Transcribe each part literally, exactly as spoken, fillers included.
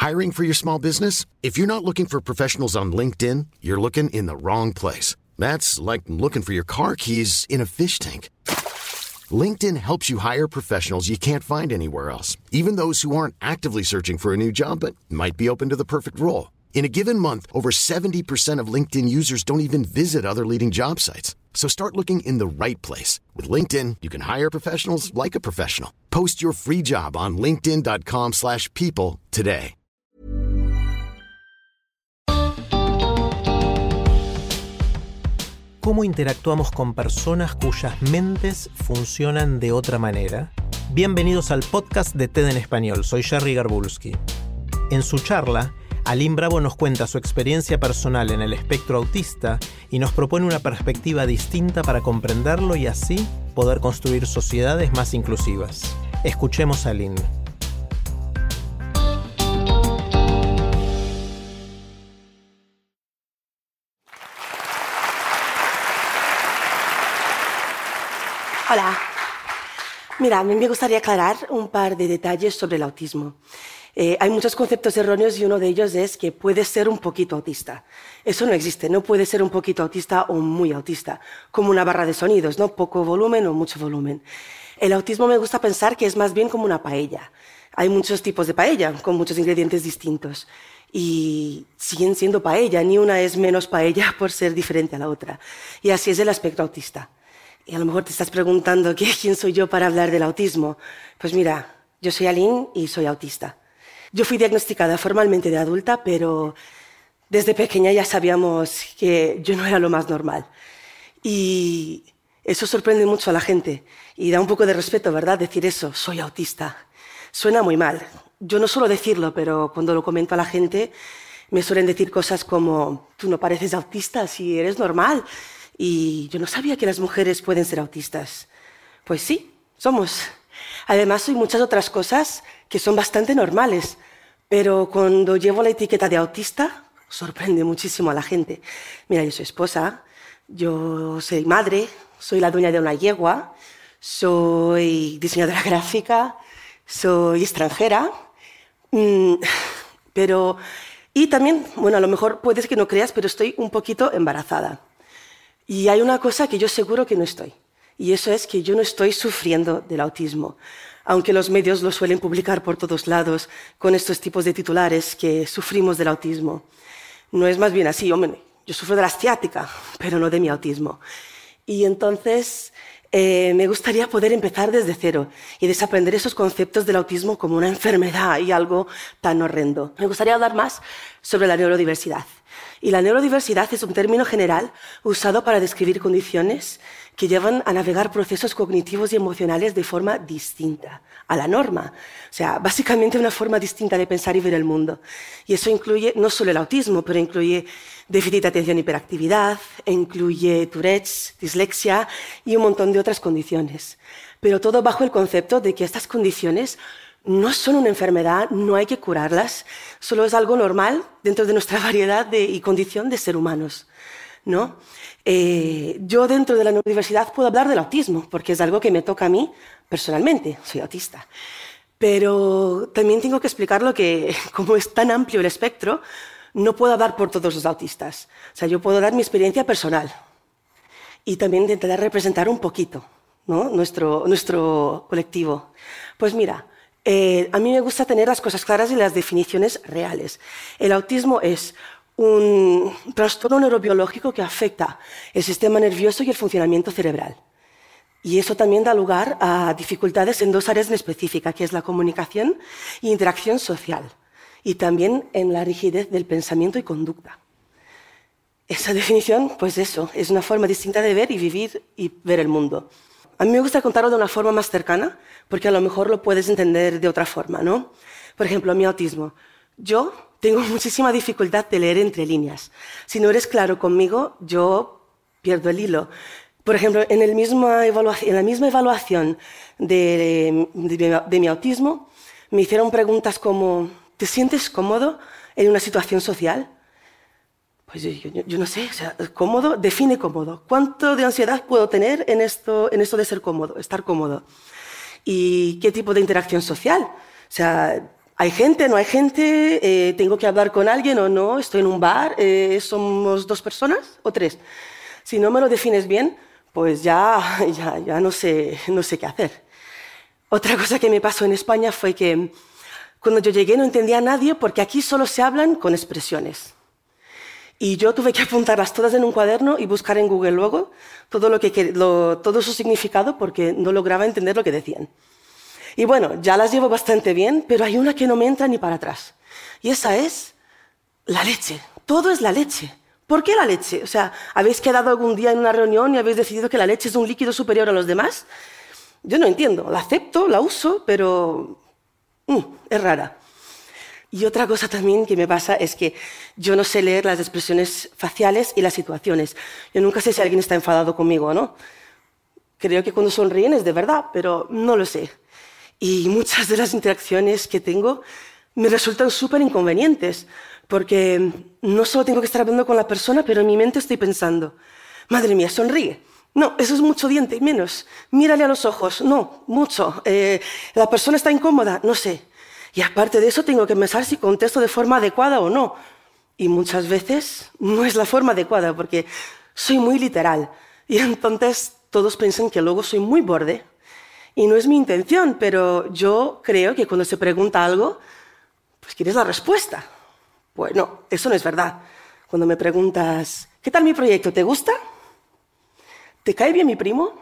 Hiring for your small business? If you're not looking for professionals on LinkedIn, you're looking in the wrong place. That's like looking for your car keys in a fish tank. LinkedIn helps you hire professionals you can't find anywhere else, even those who aren't actively searching for a new job but might be open to the perfect role. In a given month, over seventy percent of LinkedIn users don't even visit other leading job sites. So start looking in the right place. With LinkedIn, you can hire professionals like a professional. Post your free job on linkedin dot com slash people today. ¿Cómo interactuamos con personas cuyas mentes funcionan de otra manera? Bienvenidos al podcast de TED en Español. Soy Jerry Garbulski. En su charla, Aline Bravo nos cuenta su experiencia personal en el espectro autista y nos propone una perspectiva distinta para comprenderlo y así poder construir sociedades más inclusivas. Escuchemos a Aline. Hola. Mira, a mí me gustaría aclarar un par de detalles sobre el autismo. Eh, hay muchos conceptos erróneos y uno de ellos es que puedes ser un poquito autista. Eso no existe, no puedes ser un poquito autista o muy autista, como una barra de sonidos, ¿no? Poco volumen o mucho volumen. El autismo me gusta pensar que es más bien como una paella. Hay muchos tipos de paella, con muchos ingredientes distintos. Y siguen siendo paella, ni una es menos paella por ser diferente a la otra. Y así es el aspecto autista. Y a lo mejor te estás preguntando ¿qué, quién soy yo para hablar del autismo? Pues mira, yo soy Aline y soy autista. Yo fui diagnosticada formalmente de adulta, pero desde pequeña ya sabíamos que yo no era lo más normal. Y eso sorprende mucho a la gente. Y da un poco de respeto, ¿verdad? Decir eso, soy autista. Suena muy mal. Yo no suelo decirlo, pero cuando lo comento a la gente me suelen decir cosas como tú no pareces autista si eres normal. Y yo no sabía que las mujeres pueden ser autistas. Pues sí, somos. Además, soy muchas otras cosas que son bastante normales, pero cuando llevo la etiqueta de autista, sorprende muchísimo a la gente. Mira, yo soy esposa, yo soy madre, soy la dueña de una yegua, soy diseñadora gráfica, soy extranjera, mmm, pero... Y también, bueno, a lo mejor puedes que no creas, pero estoy un poquito embarazada. Y hay una cosa que yo seguro que no estoy, y eso es que yo no estoy sufriendo del autismo, aunque los medios lo suelen publicar por todos lados con estos tipos de titulares que sufrimos del autismo. No es más bien así, hombre, yo sufro de la ciática, pero no de mi autismo. Y entonces eh, me gustaría poder empezar desde cero y desaprender esos conceptos del autismo como una enfermedad y algo tan horrendo. Me gustaría hablar más sobre la neurodiversidad. Y la neurodiversidad es un término general usado para describir condiciones que llevan a navegar procesos cognitivos y emocionales de forma distinta a la norma. O sea, básicamente una forma distinta de pensar y ver el mundo. Y eso incluye no solo el autismo, pero incluye déficit de atención y hiperactividad, incluye Tourette's, dislexia y un montón de otras condiciones. Pero todo bajo el concepto de que estas condiciones no son una enfermedad, no hay que curarlas, solo es algo normal dentro de nuestra variedad de, y condición de ser humanos, ¿no? Eh, yo dentro de la neurodiversidad puedo hablar del autismo, porque es algo que me toca a mí personalmente, soy autista. Pero también tengo que explicarlo que, como es tan amplio el espectro, no puedo hablar por todos los autistas. O sea, yo puedo dar mi experiencia personal y también intentar representar un poquito, ¿no? nuestro, nuestro colectivo. Pues mira, Eh, a mí me gusta tener las cosas claras y las definiciones reales. El autismo es un trastorno neurobiológico que afecta el sistema nervioso y el funcionamiento cerebral. Y eso también da lugar a dificultades en dos áreas en específica, que es la comunicación e interacción social, y también en la rigidez del pensamiento y conducta. Esa definición, pues eso, es una forma distinta de ver y vivir y ver el mundo. A mí me gusta contarlo de una forma más cercana, porque a lo mejor lo puedes entender de otra forma, ¿no? Por ejemplo, mi autismo. Yo tengo muchísima dificultad de leer entre líneas. Si no eres claro conmigo, yo pierdo el hilo. Por ejemplo, en, el misma evaluación, en la misma evaluación de, de, de mi autismo, me hicieron preguntas como, ¿te sientes cómodo en una situación social? Pues yo, yo, yo no sé, o sea, cómodo, define cómodo. ¿Cuánto de ansiedad puedo tener en esto, en esto de ser cómodo, estar cómodo? ¿Y qué tipo de interacción social? O sea, ¿Hay gente, no hay gente? Eh, ¿Tengo que hablar con alguien o no? ¿Estoy en un bar? Eh, ¿Somos dos personas o tres? Si no me lo defines bien, pues ya, ya, ya no sé, no sé qué hacer. Otra cosa que me pasó en España fue que cuando yo llegué no entendía a nadie porque aquí solo se hablan con expresiones. Y yo tuve que apuntarlas todas en un cuaderno y buscar en Google luego todo, lo que, lo, todo su significado porque no lograba entender lo que decían. Y bueno, ya las llevo bastante bien, pero hay una que no me entra ni para atrás. Y esa es la leche. Todo es la leche. ¿Por qué la leche? O sea, ¿habéis quedado algún día en una reunión y habéis decidido que la leche es un líquido superior a los demás? Yo no entiendo. La acepto, la uso, pero mm, es rara. Y otra cosa también que me pasa es que yo no sé leer las expresiones faciales y las situaciones. Yo nunca sé si alguien está enfadado conmigo o no. Creo que cuando sonríen es de verdad, pero no lo sé. Y muchas de las interacciones que tengo me resultan súper inconvenientes, porque no solo tengo que estar hablando con la persona, pero en mi mente estoy pensando, madre mía, sonríe. No, eso es mucho diente y menos. Mírale a los ojos. No, mucho. Eh, la persona está incómoda. No sé. Y aparte de eso tengo que pensar si contesto de forma adecuada o no. Y muchas veces no es la forma adecuada porque soy muy literal. Y entonces todos piensan que luego soy muy borde. Y no es mi intención, pero yo creo que cuando se pregunta algo, pues quieres la respuesta. Pues no, eso no es verdad. Cuando me preguntas, ¿qué tal mi proyecto? ¿Te gusta? ¿Te cae bien mi primo?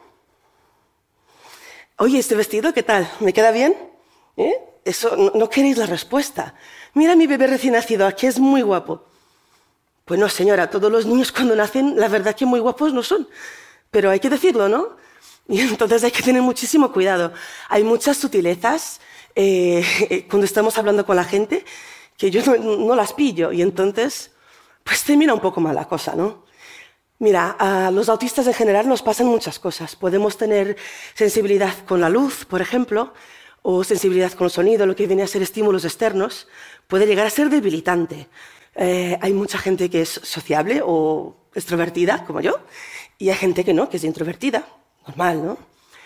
Oye, ¿este vestido qué tal? ¿Me queda bien? ¿Eh? Eso, no, no queréis la respuesta. Mira a mi bebé recién nacido, aquí es muy guapo. Pues no, señora, todos los niños cuando nacen, la verdad que muy guapos no son. Pero hay que decirlo, ¿no? Y entonces hay que tener muchísimo cuidado. Hay muchas sutilezas eh, cuando estamos hablando con la gente que yo no, no las pillo. Y entonces, pues termina un poco mal la cosa, ¿no? Mira, a los autistas en general nos pasan muchas cosas. Podemos tener sensibilidad con la luz, por ejemplo, o sensibilidad con el sonido, lo que viene a ser estímulos externos, puede llegar a ser debilitante. Eh, hay mucha gente que es sociable o extrovertida, como yo, y hay gente que no, que es introvertida, normal, ¿no?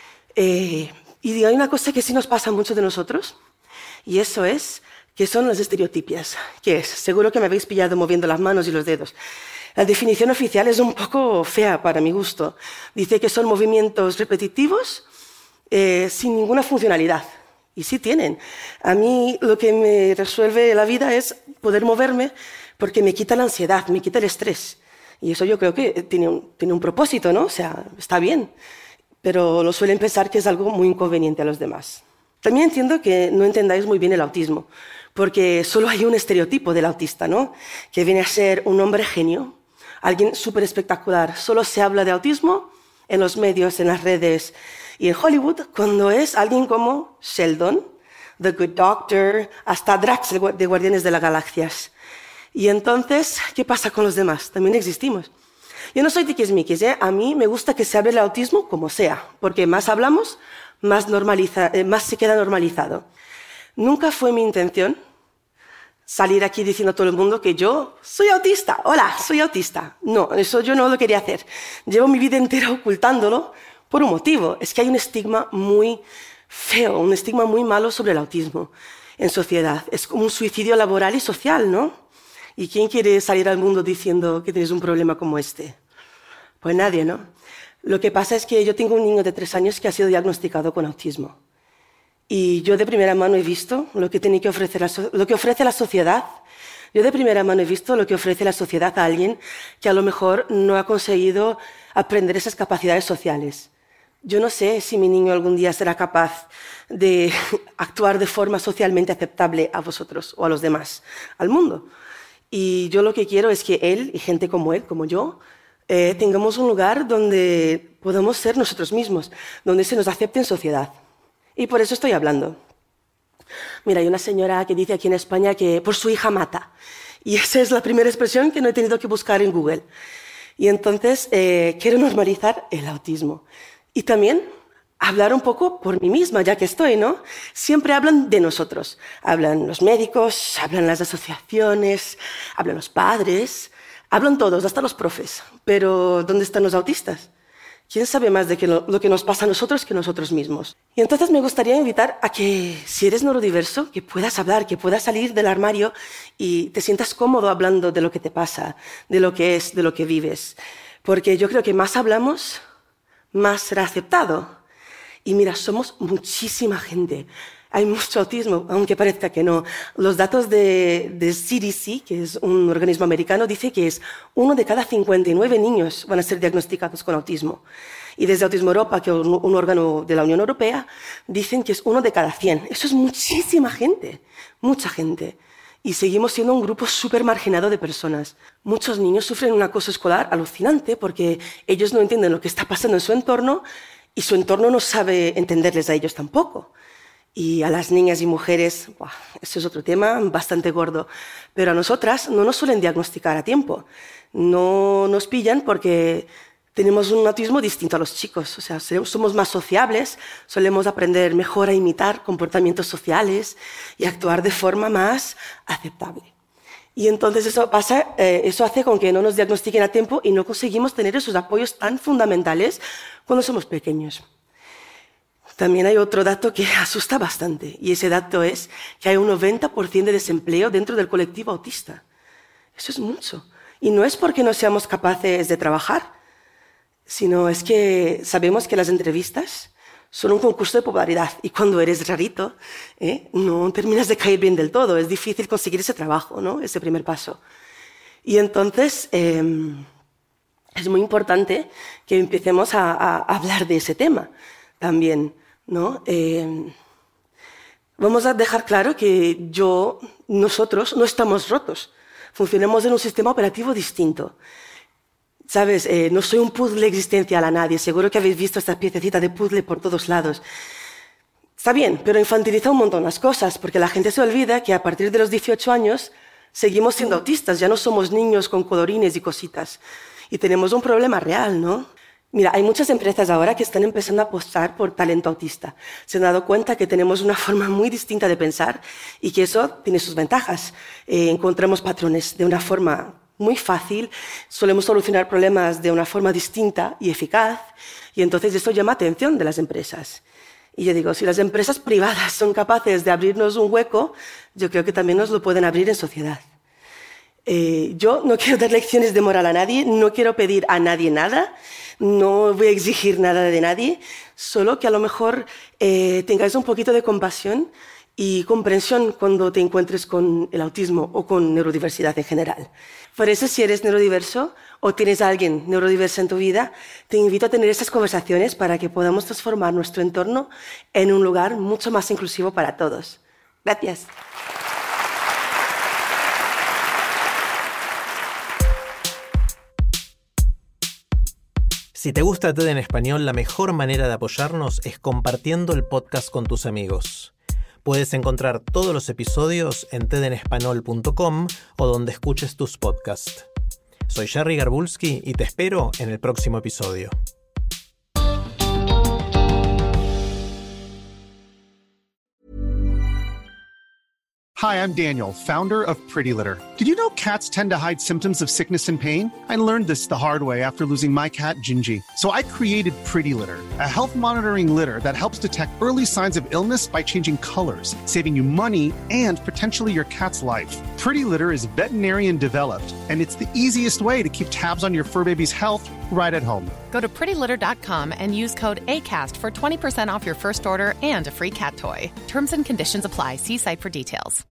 Eh, y hay una cosa que sí nos pasa mucho de nosotros, y eso es que son las estereotipias. ¿Qué es? Seguro que me habéis pillado moviendo las manos y los dedos. La definición oficial es un poco fea para mi gusto. Dice que son movimientos repetitivos eh, sin ninguna funcionalidad. Y sí tienen. A mí lo que me resuelve la vida es poder moverme porque me quita la ansiedad, me quita el estrés. Y eso yo creo que tiene un, tiene un propósito, ¿no? O sea, está bien. Pero lo suelen pensar que es algo muy inconveniente a los demás. También entiendo que no entendáis muy bien el autismo, porque solo hay un estereotipo del autista, ¿no? Que viene a ser un hombre genio, alguien súper espectacular. Solo se habla de autismo en los medios, en las redes y en Hollywood, cuando es alguien como Sheldon, The Good Doctor, hasta Drax de Guardianes de las Galaxias. Y entonces, ¿qué pasa con los demás? También existimos. Yo no soy tiquismiquis, ¿eh? A mí me gusta que se hable el autismo como sea, porque más hablamos, más, normaliza, eh, más se queda normalizado. Nunca fue mi intención salir aquí diciendo a todo el mundo que yo soy autista. Hola, soy autista. No, eso yo no lo quería hacer. Llevo mi vida entera ocultándolo por un motivo. Es que hay un estigma muy feo, un estigma muy malo sobre el autismo en sociedad. Es como un suicidio laboral y social, ¿no? ¿Y quién quiere salir al mundo diciendo que tienes un problema como este? Pues nadie, ¿no? Lo que pasa es que yo tengo un niño de tres años que ha sido diagnosticado con autismo. Y yo de primera mano he visto lo que, tiene que, ofrecer la so- lo que ofrece la sociedad. Yo de primera mano he visto lo que ofrece la sociedad a alguien que a lo mejor no ha conseguido aprender esas capacidades sociales. Yo no sé si mi niño algún día será capaz de actuar de forma socialmente aceptable a vosotros o a los demás, al mundo. Y yo lo que quiero es que él y gente como él, como yo, eh, tengamos un lugar donde podamos ser nosotros mismos, donde se nos acepte en sociedad. Y por eso estoy hablando. Mira, hay una señora que dice aquí en España que por su hija mata. Y esa es la primera expresión que no he tenido que buscar en Google. Y entonces eh, quiero normalizar el autismo. Y también hablar un poco por mí misma, ya que estoy, ¿no? Siempre hablan de nosotros. Hablan los médicos, hablan las asociaciones, hablan los padres, hablan todos, hasta los profes. Pero ¿dónde están los autistas? ¿Quién sabe más de que lo, lo que nos pasa a nosotros que nosotros mismos? Y entonces me gustaría invitar a que, si eres neurodiverso, que puedas hablar, que puedas salir del armario y te sientas cómodo hablando de lo que te pasa, de lo que es, de lo que vives. Porque yo creo que más hablamos, más será aceptado. Y mira, somos muchísima gente. Hay mucho autismo, aunque parezca que no. Los datos de, de C D C, que es un organismo americano, dice que es uno de cada cincuenta y nueve niños van a ser diagnosticados con autismo. Y desde Autismo Europa, que es un, un órgano de la Unión Europea, dicen que es uno de cada cien. Eso es muchísima gente, mucha gente. Y seguimos siendo un grupo súper marginado de personas. Muchos niños sufren un acoso escolar alucinante porque ellos no entienden lo que está pasando en su entorno y su entorno no sabe entenderles a ellos tampoco. Y a las niñas y mujeres, ¡buah!, eso es otro tema bastante gordo. Pero a nosotras no nos suelen diagnosticar a tiempo. No nos pillan porque tenemos un autismo distinto a los chicos. O sea, somos más sociables, solemos aprender mejor a imitar comportamientos sociales y actuar de forma más aceptable. Y entonces eso, pasa, eh, eso hace con que no nos diagnostiquen a tiempo y no conseguimos tener esos apoyos tan fundamentales cuando somos pequeños. También hay otro dato que asusta bastante, y ese dato es que hay un noventa por ciento de desempleo dentro del colectivo autista. Eso es mucho. Y no es porque no seamos capaces de trabajar, sino es que sabemos que las entrevistas son un concurso de popularidad, y cuando eres rarito, ¿eh? no terminas de caer bien del todo. Es difícil conseguir ese trabajo, ¿no? Ese primer paso. Y entonces eh, es muy importante que empecemos a, a hablar de ese tema también, ¿no? Eh, vamos a dejar claro que yo, nosotros no estamos rotos. Funcionamos en un sistema operativo distinto. ¿Sabes? Eh, no soy un puzzle existencial a nadie. Seguro que habéis visto esta piececita de puzzle por todos lados. Está bien, pero infantiliza un montón las cosas, porque la gente se olvida que a partir de los dieciocho años seguimos siendo autistas. Ya no somos niños con colorines y cositas. Y tenemos un problema real, ¿no? Mira, hay muchas empresas ahora que están empezando a apostar por talento autista. Se han dado cuenta que tenemos una forma muy distinta de pensar y que eso tiene sus ventajas. Eh, encontramos patrones de una forma muy fácil, solemos solucionar problemas de una forma distinta y eficaz, y entonces esto llama atención de las empresas. Y yo digo, si las empresas privadas son capaces de abrirnos un hueco, yo creo que también nos lo pueden abrir en sociedad. Eh, yo no quiero dar lecciones de moral a nadie, no quiero pedir a nadie nada, no voy a exigir nada de nadie, solo que a lo mejor eh, tengáis un poquito de compasión y comprensión cuando te encuentres con el autismo o con neurodiversidad en general. Por eso, si eres neurodiverso o tienes a alguien neurodiverso en tu vida, te invito a tener estas conversaciones para que podamos transformar nuestro entorno en un lugar mucho más inclusivo para todos. Gracias. Si te gusta TED en Español, la mejor manera de apoyarnos es compartiendo el podcast con tus amigos. Puedes encontrar todos los episodios en ted en español punto com o donde escuches tus podcasts. Soy Jerry Garbulski y te espero en el próximo episodio. Hi, I'm Daniel, founder of Pretty Litter. Did you know cats tend to hide symptoms of sickness and pain? I learned this the hard way after losing my cat, Gingy. So I created Pretty Litter, a health monitoring litter that helps detect early signs of illness by changing colors, saving you money and potentially your cat's life. Pretty Litter is veterinarian developed, and it's the easiest way to keep tabs on your fur baby's health right at home. Go to pretty litter dot com and use code ACAST for twenty percent off your first order and a free cat toy. Terms and conditions apply. See site for details.